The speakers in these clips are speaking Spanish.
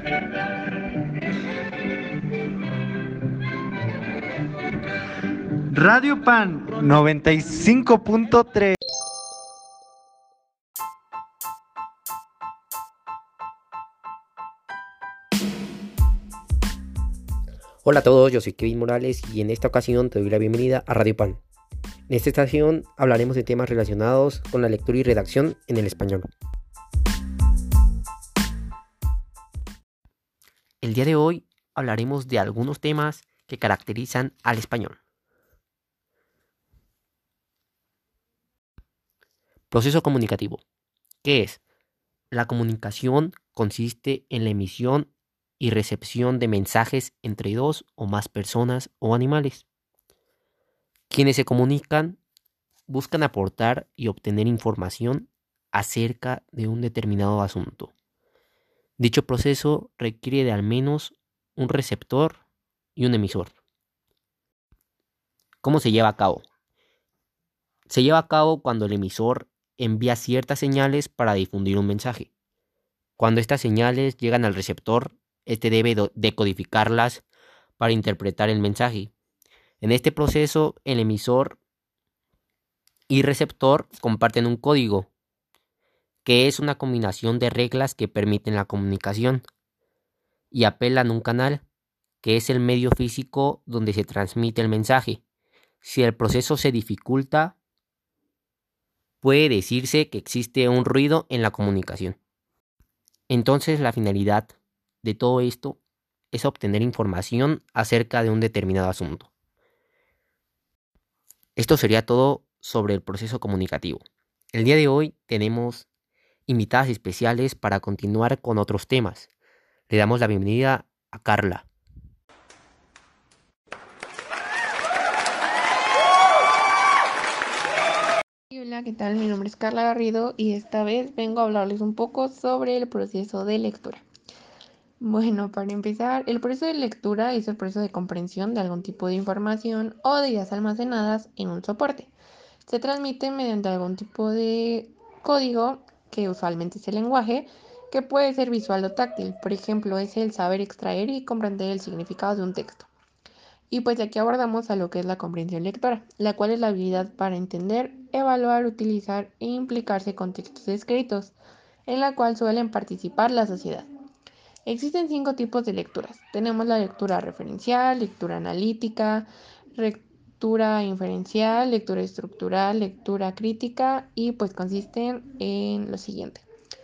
Radio Pan 95.3. Hola a todos, yo soy Kevin Morales y en esta ocasión te doy la bienvenida a Radio Pan. En esta estación hablaremos de temas relacionados con la lectura y redacción en el español. El día de hoy hablaremos de algunos temas que caracterizan al español. Proceso comunicativo. ¿Qué es? La comunicación consiste en la emisión y recepción de mensajes entre dos o más personas o animales. Quienes se comunican buscan aportar y obtener información acerca de un determinado asunto. Dicho proceso requiere de al menos un receptor y un emisor. ¿Cómo se lleva a cabo? Se lleva a cabo cuando el emisor envía ciertas señales para difundir un mensaje. Cuando estas señales llegan al receptor, este debe decodificarlas para interpretar el mensaje. En este proceso, el emisor y receptor comparten un código, que es una combinación de reglas que permiten la comunicación, y apelan a un canal, que es el medio físico donde se transmite el mensaje. Si el proceso se dificulta, puede decirse que existe un ruido en la comunicación. Entonces, la finalidad de todo esto es obtener información acerca de un determinado asunto. Esto sería todo sobre el proceso comunicativo. El día de hoy tenemos invitadas especiales para continuar con otros temas. Le damos la bienvenida a Carla. Hola, ¿qué tal? Mi nombre es Carla Garrido y esta vez vengo a hablarles un poco sobre el proceso de lectura. Bueno, para empezar, el proceso de lectura es el proceso de comprensión de algún tipo de información o de ideas almacenadas en un soporte. Se transmite mediante algún tipo de código, que usualmente es el lenguaje, que puede ser visual o táctil. Por ejemplo, es el saber extraer y comprender el significado de un texto. Y pues aquí abordamos a lo que es la comprensión lectora, la cual es la habilidad para entender, evaluar, utilizar e implicarse con textos escritos, en la cual suelen participar la sociedad. Existen 5 tipos de lecturas. Tenemos la lectura referencial, lectura analítica, lectura inferencial, lectura estructural, lectura crítica y pues consisten en lo siguiente.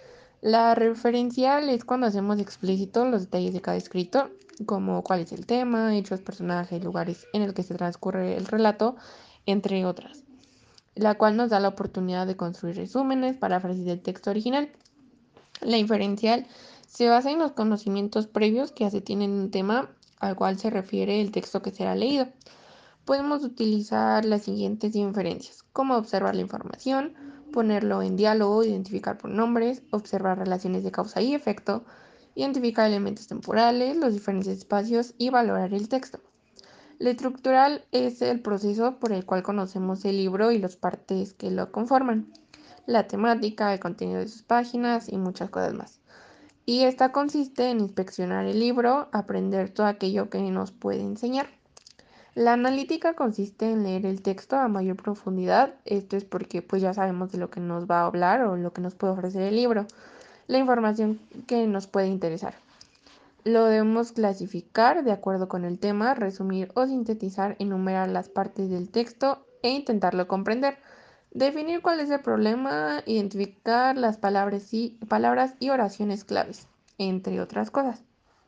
La referencial es cuando hacemos explícitos los detalles de cada escrito, como cuál es el tema, hechos, personajes, lugares en el que se transcurre el relato, entre otras, la cual nos da la oportunidad de construir resúmenes, paráfrasis del texto original. La inferencial se basa en los conocimientos previos que ya se tienen en un tema al cual se refiere el texto que será leído. Podemos utilizar las siguientes inferencias, como observar la información, ponerlo en diálogo, identificar pronombres, observar relaciones de causa y efecto, identificar elementos temporales, los diferentes espacios y valorar el texto. La estructural es el proceso por el cual conocemos el libro y las partes que lo conforman, la temática, el contenido de sus páginas y muchas cosas más. Y esta consiste en inspeccionar el libro, aprender todo aquello que nos puede enseñar. La analítica consiste en leer el texto a mayor profundidad. Esto es porque pues ya sabemos de lo que nos va a hablar o lo que nos puede ofrecer el libro, la información que nos puede interesar. Lo debemos clasificar de acuerdo con el tema, resumir o sintetizar, enumerar las partes del texto e intentarlo comprender. Definir cuál es el problema, identificar las palabras y oraciones claves, entre otras cosas.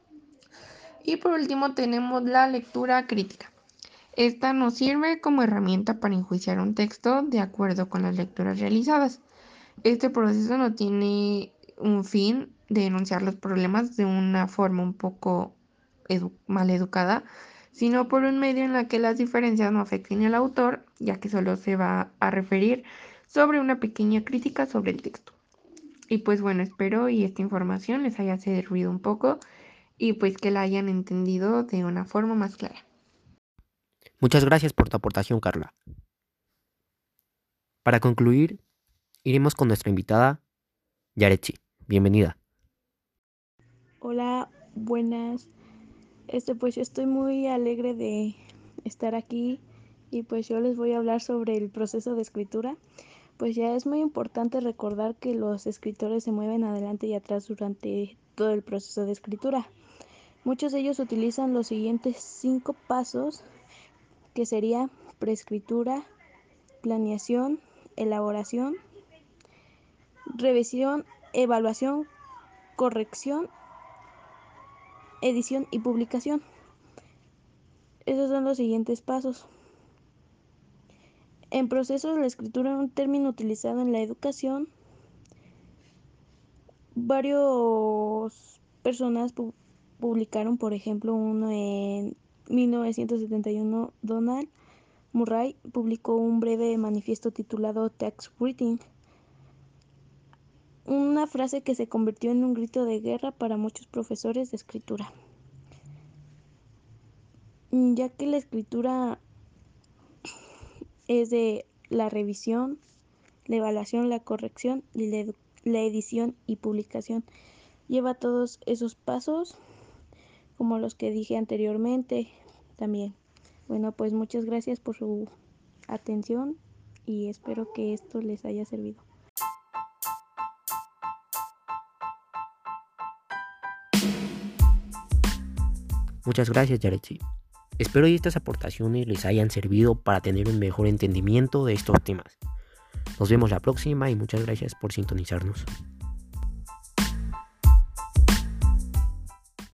Y por último tenemos la lectura crítica. Esta nos sirve como herramienta para enjuiciar un texto de acuerdo con las lecturas realizadas. Este proceso no tiene un fin de enunciar los problemas de una forma un poco mal educada, sino por un medio en la que las diferencias no afecten al autor, ya que solo se va a referir sobre una pequeña crítica sobre el texto. Y pues bueno, espero y esta información les haya servido un poco y pues que la hayan entendido de una forma más clara. Muchas gracias por tu aportación, Carla. Para concluir, iremos con nuestra invitada, Yaretsi. Bienvenida. Hola, Buenas. Pues yo estoy muy alegre de estar aquí y pues yo les voy a hablar sobre el proceso de escritura. Pues ya es muy importante recordar que los escritores se mueven adelante y atrás durante todo el proceso de escritura. Muchos de ellos utilizan los siguientes 5 pasos, que sería preescritura, planeación, elaboración, revisión, evaluación, corrección, edición y publicación. Esos son los siguientes pasos. En proceso de la escritura, un término utilizado en la educación, varias personas publicaron, por ejemplo, uno en 1971, Donald Murray publicó un breve manifiesto titulado Text Writing, una frase que se convirtió en un grito de guerra para muchos profesores de escritura, ya que la escritura es de la revisión, la evaluación, la corrección y la edición y publicación. Lleva todos esos pasos como los que dije anteriormente también. Bueno, pues muchas gracias por su atención y espero que esto les haya servido. Muchas gracias, Yaretsi. Espero que estas aportaciones les hayan servido para tener un mejor entendimiento de estos temas. Nos vemos la próxima y muchas gracias por sintonizarnos.